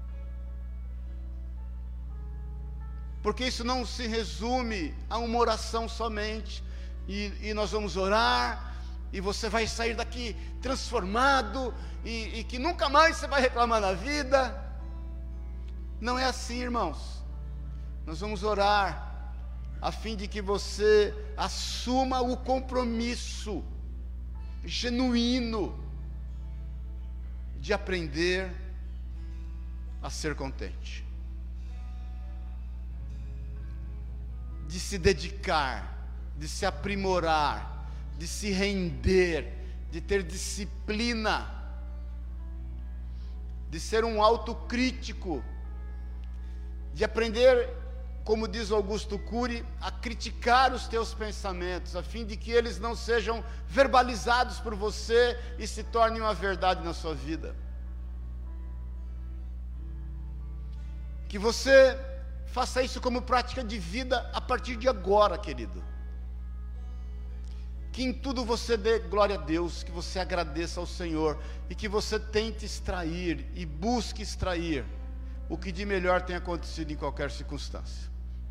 Porque isso não se resume a uma oração somente, e, e nós vamos orar, e você vai sair daqui transformado, e, e que nunca mais você vai reclamar na vida. Não é assim, irmãos. Nós vamos orar a fim de que você assuma o compromisso genuíno de aprender a ser contente, de se dedicar, de se aprimorar, de se render, de ter disciplina, de ser um autocrítico, de aprender, como diz Augusto Cury, a criticar os teus pensamentos, a fim de que eles não sejam verbalizados por você e se tornem uma verdade na sua vida. Que você faça isso como prática de vida a partir de agora, querido. Que em tudo você dê glória a Deus, que você agradeça ao Senhor e que você tente extrair e busque extrair o que de melhor tem acontecido em qualquer circunstância.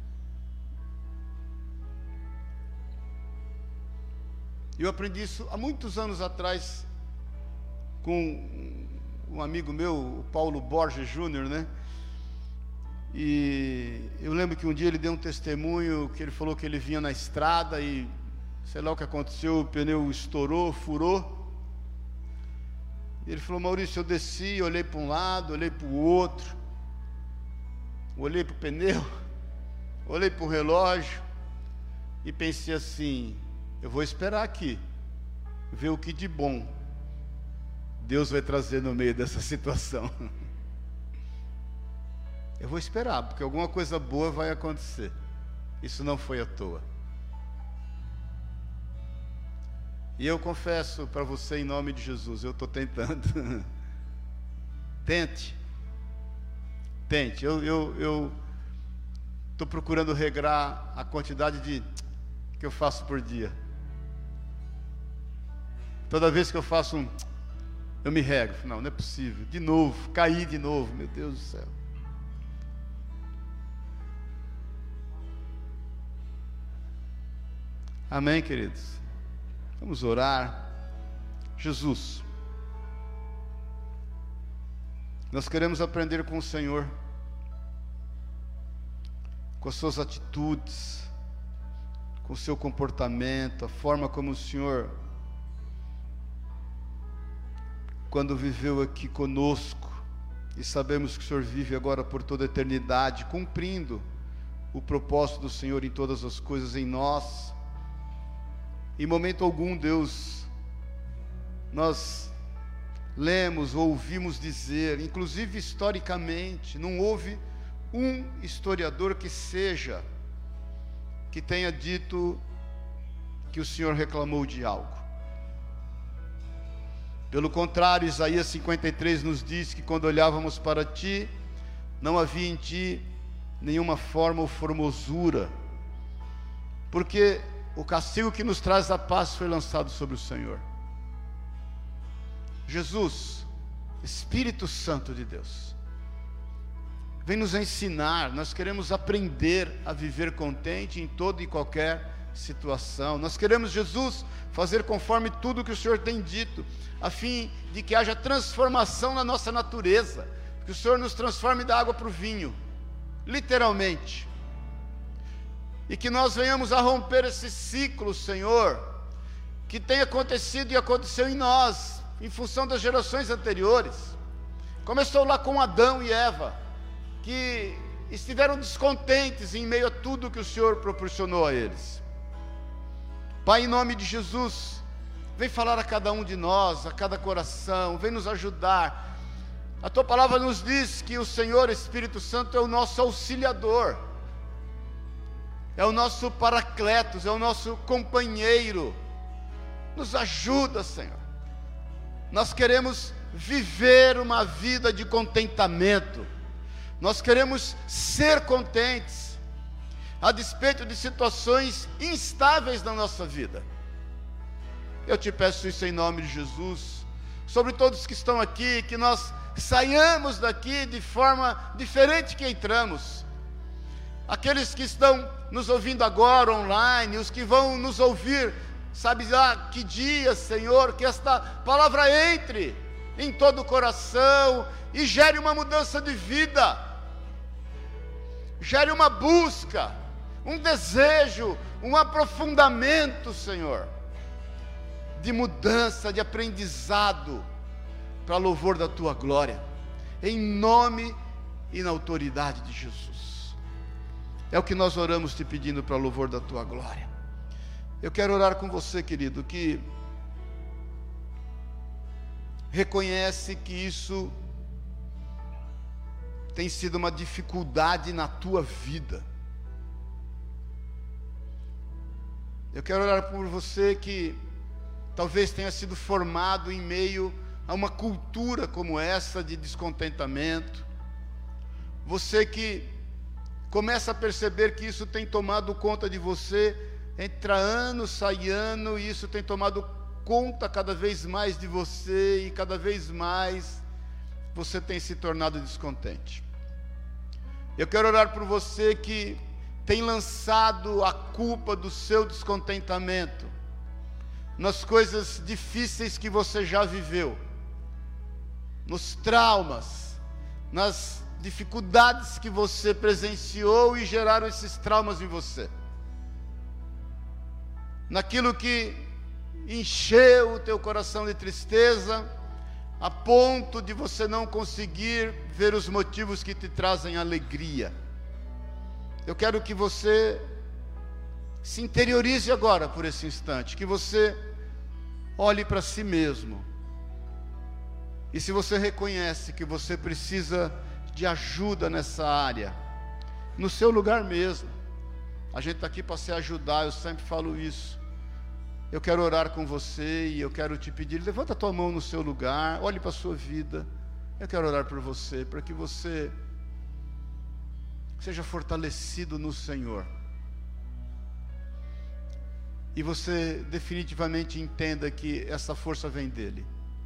Eu aprendi isso há muitos anos atrás com um amigo meu, o Paulo Borges Júnior, né? E eu lembro que um dia ele deu um testemunho, que ele falou que ele vinha na estrada e sei lá o que aconteceu, o pneu estourou, furou. E ele falou: Maurício, eu desci, olhei para um lado, olhei para o outro, olhei para o pneu, olhei para o relógio e pensei assim: eu vou esperar aqui, ver o que de bom Deus vai trazer no meio dessa situação. Eu vou esperar, porque alguma coisa boa vai acontecer. Isso não foi à toa. E eu confesso para você, em nome de Jesus, eu estou tentando. Tente. Tente. Eu eu eu estou procurando regrar a quantidade de que eu faço por dia. Toda vez que eu faço um, eu me rego. Não, não é possível. De novo, caí de novo. Meu Deus do céu. Amém, queridos? Vamos orar. Jesus, nós queremos aprender com o Senhor, com as suas atitudes, com o seu comportamento, a forma como o Senhor, quando viveu aqui conosco, e sabemos que o Senhor vive agora por toda a eternidade, cumprindo o propósito do Senhor em todas as coisas em nós. Em momento algum, Deus, nós lemos ou ouvimos dizer, inclusive historicamente, não houve um historiador que seja, que tenha dito que o Senhor reclamou de algo. Pelo contrário, Isaías cinquenta e três nos diz que quando olhávamos para Ti, não havia em Ti nenhuma forma ou formosura, porque o castigo que nos traz a paz foi lançado sobre o Senhor. Jesus, Espírito Santo de Deus, vem nos ensinar. Nós queremos aprender a viver contente em toda e qualquer situação. Nós queremos, Jesus, fazer conforme tudo que o Senhor tem dito, a fim de que haja transformação na nossa natureza, que o Senhor nos transforme da água para o vinho, literalmente, e que nós venhamos a romper esse ciclo, Senhor, que tem acontecido e aconteceu em nós, em função das gerações anteriores. Começou lá com Adão e Eva, que estiveram descontentes em meio a tudo que o Senhor proporcionou a eles. Pai, em nome de Jesus, vem falar a cada um de nós, a cada coração, vem nos ajudar. A Tua palavra nos diz que o Senhor, Espírito Santo, é o nosso auxiliador, é o nosso paracletos, é o nosso companheiro. Nos ajuda, Senhor. Nós queremos viver uma vida de contentamento, nós queremos ser contentes, a despeito de situações instáveis na nossa vida. Eu te peço isso em nome de Jesus, sobre todos que estão aqui, que nós saiamos daqui de forma diferente que entramos. Aqueles que estão nos ouvindo agora online, os que vão nos ouvir sabe lá que dia, Senhor, que esta palavra entre em todo o coração e gere uma mudança de vida, gere uma busca, um desejo, um aprofundamento, Senhor, de mudança, de aprendizado, para louvor da Tua glória, em nome e na autoridade de Jesus. É o que nós oramos te pedindo para louvor da Tua glória. Eu quero orar com você, querido, que reconhece que isso tem sido uma dificuldade na tua vida. Eu quero orar por você que talvez tenha sido formado em meio a uma cultura como essa de descontentamento. Você que começa a perceber que isso tem tomado conta de você, entra ano, sai ano, e isso tem tomado conta cada vez mais de você, e cada vez mais você tem se tornado descontente. Eu quero orar por você que tem lançado a culpa do seu descontentamento nas coisas difíceis que você já viveu, nos traumas, nas dificuldades que você presenciou e geraram esses traumas em você, naquilo que encheu o teu coração de tristeza, a ponto de você não conseguir ver os motivos que te trazem alegria. Eu quero que você se interiorize agora por esse instante, que você olhe para si mesmo, e se você reconhece que você precisa de ajuda nessa área, no seu lugar mesmo, a gente está aqui para se ajudar, eu sempre falo isso. Eu quero orar com você e eu quero te pedir, levanta a tua mão no seu lugar, olhe para a sua vida. Eu quero orar por você, para que você seja fortalecido no Senhor, e você definitivamente entenda que essa força vem dEle.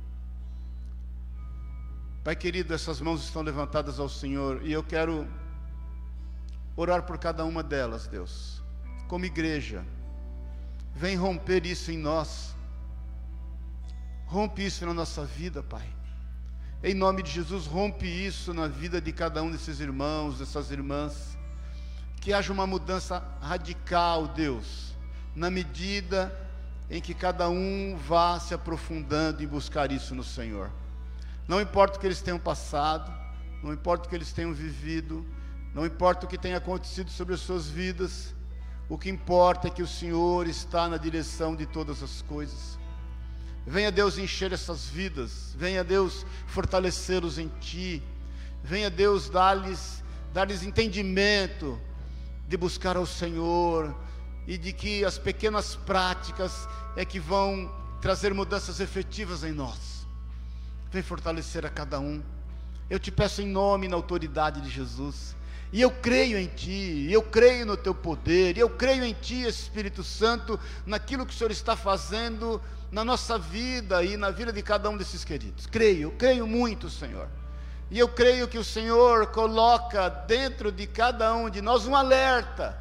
Pai querido, essas mãos estão levantadas ao Senhor, e eu quero orar por cada uma delas, Deus, como igreja. Vem romper isso em nós, rompe isso na nossa vida, Pai, em nome de Jesus. Rompe isso na vida de cada um desses irmãos, dessas irmãs, que haja uma mudança radical, Deus, na medida em que cada um vá se aprofundando em buscar isso no Senhor. Não importa o que eles tenham passado, não importa o que eles tenham vivido, não importa o que tenha acontecido sobre as suas vidas, o que importa é que o Senhor está na direção de todas as coisas. Venha Deus encher essas vidas, venha Deus fortalecê-los em Ti, venha Deus dar-lhes, dar-lhes entendimento de buscar ao Senhor, e de que as pequenas práticas é que vão trazer mudanças efetivas em nós. Vem fortalecer a cada um. Eu te peço em nome e na autoridade de Jesus. E eu creio em Ti, eu creio no Teu poder, eu creio em Ti, Espírito Santo, naquilo que o Senhor está fazendo na nossa vida e na vida de cada um desses queridos. Creio, creio muito, Senhor. E eu creio que o Senhor coloca dentro de cada um de nós um alerta,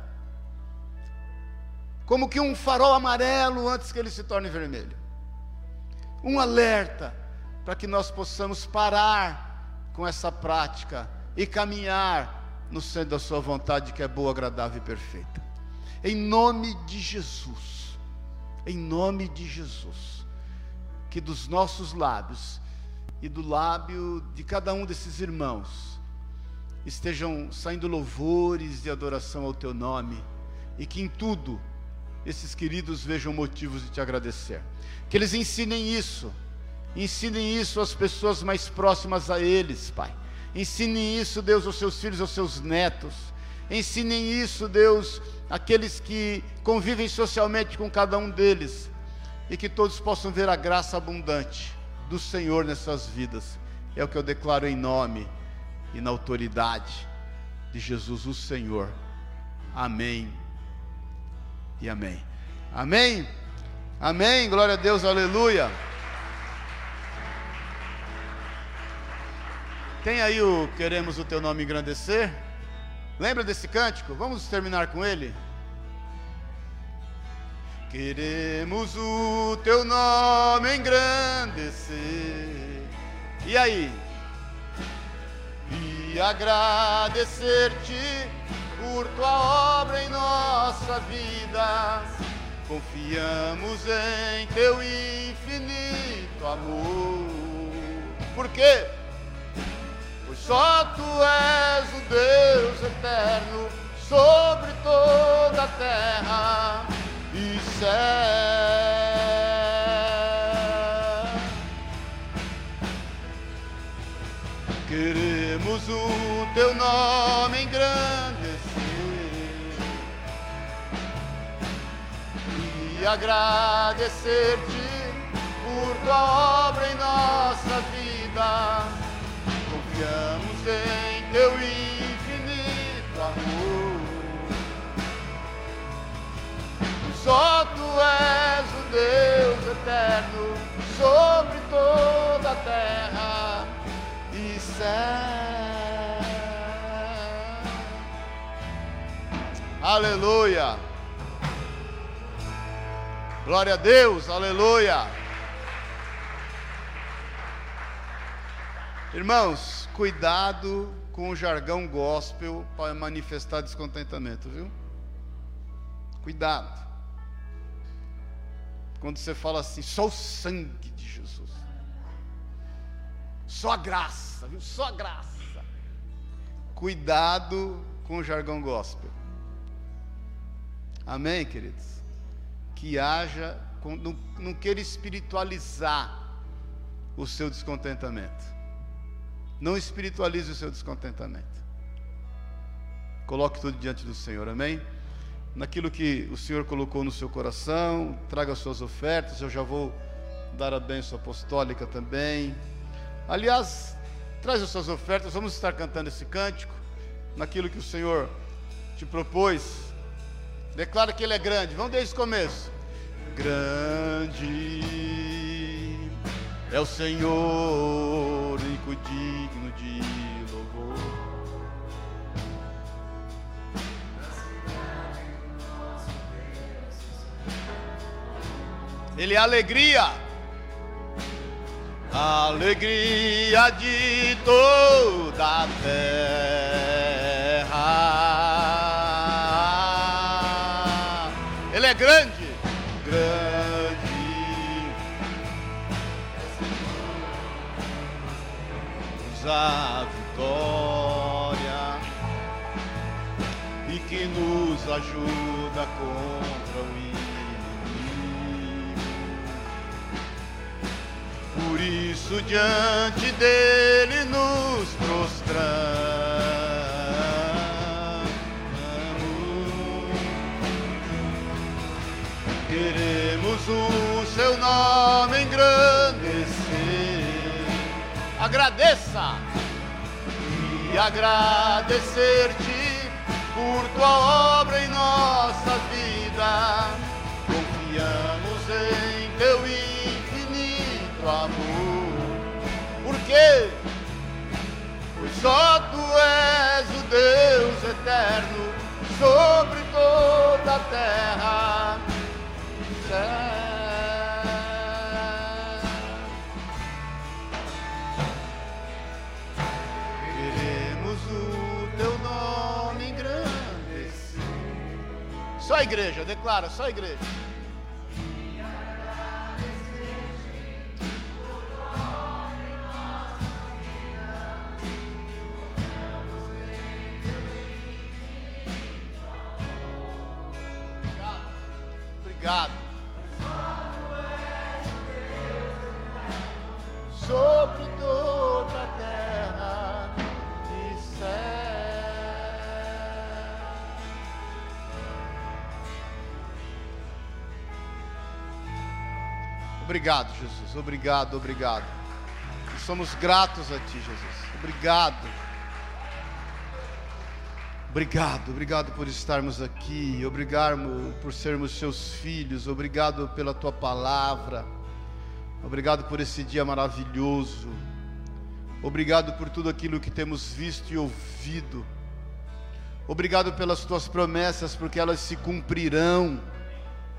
como que um farol amarelo antes que ele se torne vermelho. Um alerta para que nós possamos parar com essa prática e caminhar no centro da sua vontade, que é boa, agradável e perfeita. Em nome de Jesus, em nome de Jesus, que dos nossos lábios e do lábio de cada um desses irmãos estejam saindo louvores de adoração ao Teu nome, e que em tudo esses queridos vejam motivos de Te agradecer. Que eles ensinem isso, ensinem isso às pessoas mais próximas a eles, Pai. Ensinem isso, Deus, aos seus filhos, aos seus netos. Ensinem isso, Deus, àqueles que convivem socialmente com cada um deles, e que todos possam ver a graça abundante do Senhor nessas vidas. É o que eu declaro em nome e na autoridade de Jesus, o Senhor. Amém e amém. Amém? Amém, glória a Deus, aleluia. Tem aí o Queremos o Teu Nome Engrandecer? Lembra desse cântico? Vamos terminar com ele? Queremos o teu nome engrandecer. E aí? E agradecer-te por tua obra em nossa vida. Confiamos em teu infinito amor. Por quê? Pois só tu és o Deus eterno sobre toda a terra e céu. Queremos o teu nome engrandecer e agradecer-te por tua obra em nossa vida. Confiamos em teu infinito amor. Só tu és o Deus eterno sobre toda a terra e céu. Aleluia. Glória a Deus, aleluia. Irmãos, cuidado com o jargão gospel para manifestar descontentamento, viu? Cuidado. Quando você fala assim, só o sangue de Jesus, só a graça, viu? Só a graça. Cuidado com o jargão gospel. Amém, queridos? Que haja, não, não queira espiritualizar o seu descontentamento. Não espiritualize o seu descontentamento. Coloque tudo diante do Senhor, amém? Naquilo que o Senhor colocou no seu coração, traga as suas ofertas. Eu já vou dar a bênção apostólica também. Aliás, traz as suas ofertas, vamos estar cantando esse cântico, naquilo que o Senhor te propôs. Declara que Ele é grande, vamos desde o começo. Grande é o Senhor, único digno de louvor. Ele é alegria, alegria de toda a terra. Ele é grande, grande. Nos a vitória e que nos ajuda contra o inimigo. Por isso diante dele nos prostramos. Queremos o seu nome engrandecer. Agradeça e agradecer-te por tua obra em nossa vida. Confiamos em teu infinito amor. Por quê? Pois só tu és o Deus eterno sobre toda a terra e céu. Queremos o teu nome engrandecer. Só a igreja, declara, só a igreja. Obrigado. Sobre toda a terra e céu. Obrigado, Jesus. Obrigado, obrigado. E somos gratos a Ti, Jesus. Obrigado. Obrigado, obrigado por estarmos aqui, obrigado por sermos seus filhos, obrigado pela tua palavra, obrigado por esse dia maravilhoso, obrigado por tudo aquilo que temos visto e ouvido, obrigado pelas tuas promessas, porque elas se cumprirão,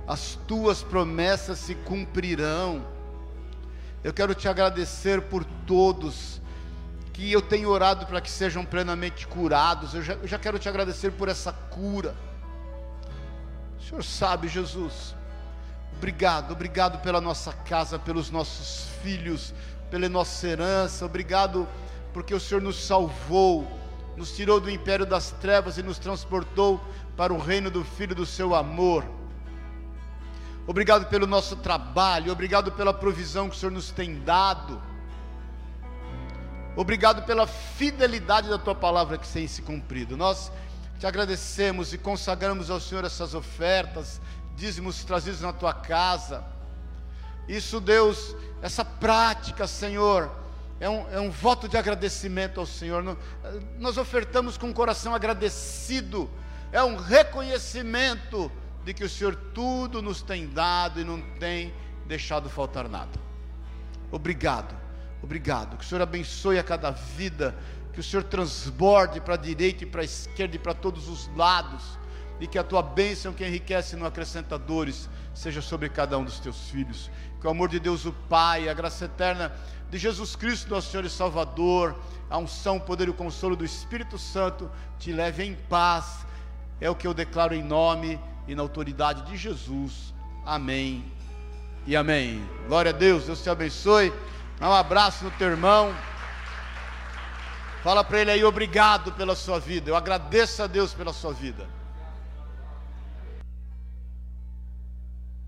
as tuas promessas se cumprirão. Eu quero te agradecer por todos que eu tenho orado para que sejam plenamente curados. Eu já, eu já quero te agradecer por essa cura. O Senhor sabe, Jesus. Obrigado, obrigado pela nossa casa, pelos nossos filhos, pela nossa herança. Obrigado porque o Senhor nos salvou, nos tirou do império das trevas e nos transportou para o reino do Filho do seu amor. Obrigado pelo nosso trabalho, obrigado pela provisão que o Senhor nos tem dado. Obrigado pela fidelidade da tua palavra que tem se cumprido. Nós te agradecemos e consagramos ao Senhor essas ofertas, dízimos trazidos na tua casa. Isso, Deus, essa prática, Senhor, é um, é um voto de agradecimento ao Senhor. Nós ofertamos com o coração agradecido, é um reconhecimento de que o Senhor tudo nos tem dado e não tem deixado faltar nada. Obrigado, obrigado, que o Senhor abençoe a cada vida, que o Senhor transborde para a direita e para a esquerda e para todos os lados, e que a tua bênção que enriquece e não acrescenta dores, seja sobre cada um dos teus filhos. Que o amor de Deus o Pai, a graça eterna de Jesus Cristo, nosso Senhor e Salvador, a unção, o poder e o consolo do Espírito Santo te leve em paz. É o que eu declaro em nome e na autoridade de Jesus. Amém e amém. Glória a Deus, Deus te abençoe. Dá um abraço no teu irmão. Fala para ele aí, obrigado pela sua vida. Eu agradeço a Deus pela sua vida.